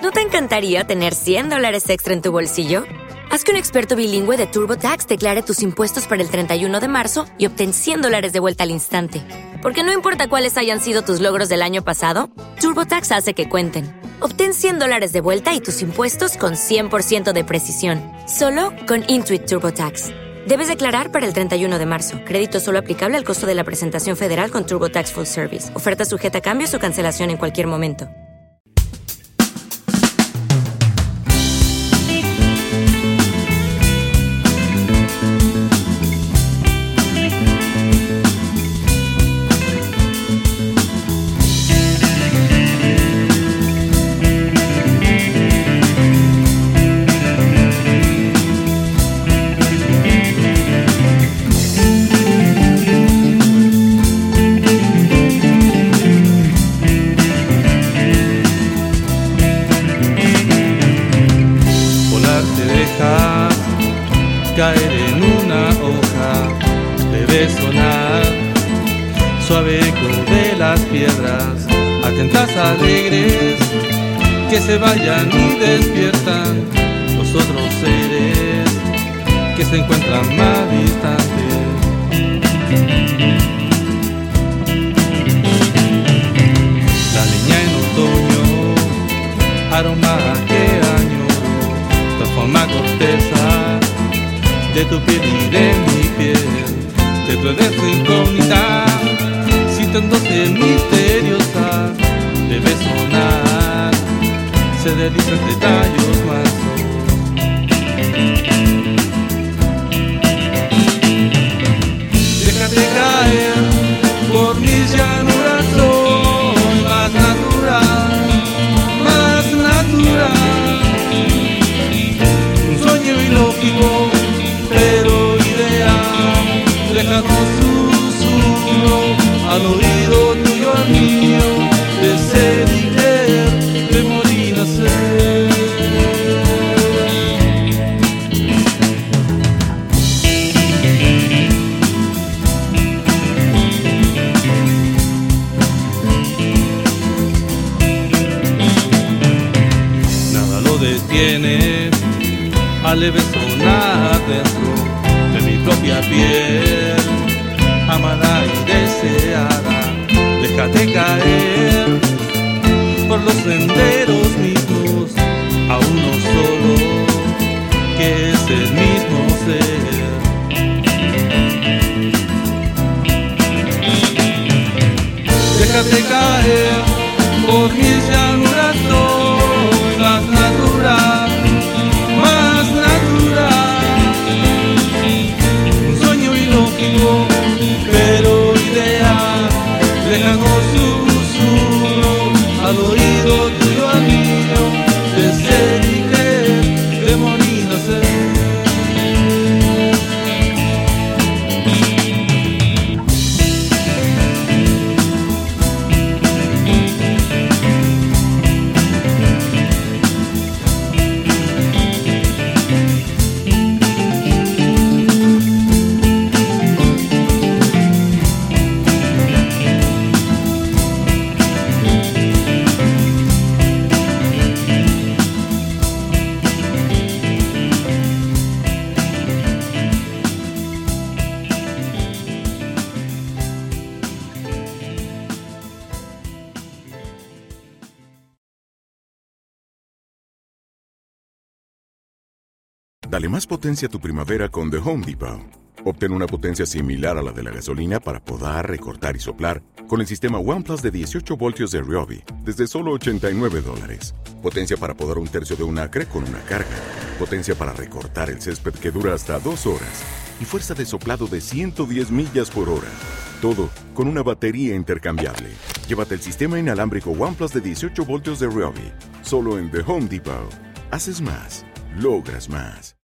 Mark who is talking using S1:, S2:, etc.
S1: ¿No te encantaría tener $100 extra en tu bolsillo? Haz que un experto bilingüe de TurboTax declare tus impuestos para el 31 de marzo y obtén $100 de vuelta al instante. Porque no importa cuáles hayan sido tus logros del año pasado, TurboTax hace que cuenten. Obtén $100 de vuelta y tus impuestos con 100% de precisión. Solo con Intuit TurboTax. Debes declarar para el 31 de marzo. Crédito solo aplicable al costo de la presentación federal con TurboTax Full Service. Oferta sujeta a cambios o cancelación en cualquier momento.
S2: Caer en una hoja, debe sonar suave eco de las piedras, atentas alegres que se vayan y despiertan los otros seres que se encuentran más distantes. La leña en otoño, aroma que añoro, transforma corteza de tu piel y de mi piel, de tu edeso incógnita, sintiéndose misteriosa, debe sonar, se desliza entre tallos mansos. Déjate caer por mis llanuras, soy más natural, más natural, un sueño ilógico pero ideal, lejano susurro al oído tuyo al mío, de ser y creer, de morir y nacer. Nada lo detiene al leve sonar dentro de mi propia piel, amada y deseada. Déjate caer por los senderos mismos, a uno solo que es el mismo ser. Déjate caer por mis llanuras, soy más natural, más natural, un sueño ilógico pero ideal, lejano susurro al oído tuyo al mío, de ser y creer, de morir y nacer.
S3: Dale más potencia a tu primavera con The Home Depot. Obtén una potencia similar a la de la gasolina para podar, recortar y soplar con el sistema OnePlus de 18 voltios de Ryobi desde solo $89. Potencia para podar un tercio de un acre con una carga. Potencia para recortar el césped que dura hasta 2 horas. Y fuerza de soplado de 110 millas por hora. Todo con una batería intercambiable. Llévate el sistema inalámbrico OnePlus de 18 voltios de Ryobi. Solo en The Home Depot. Haces más. Logras más.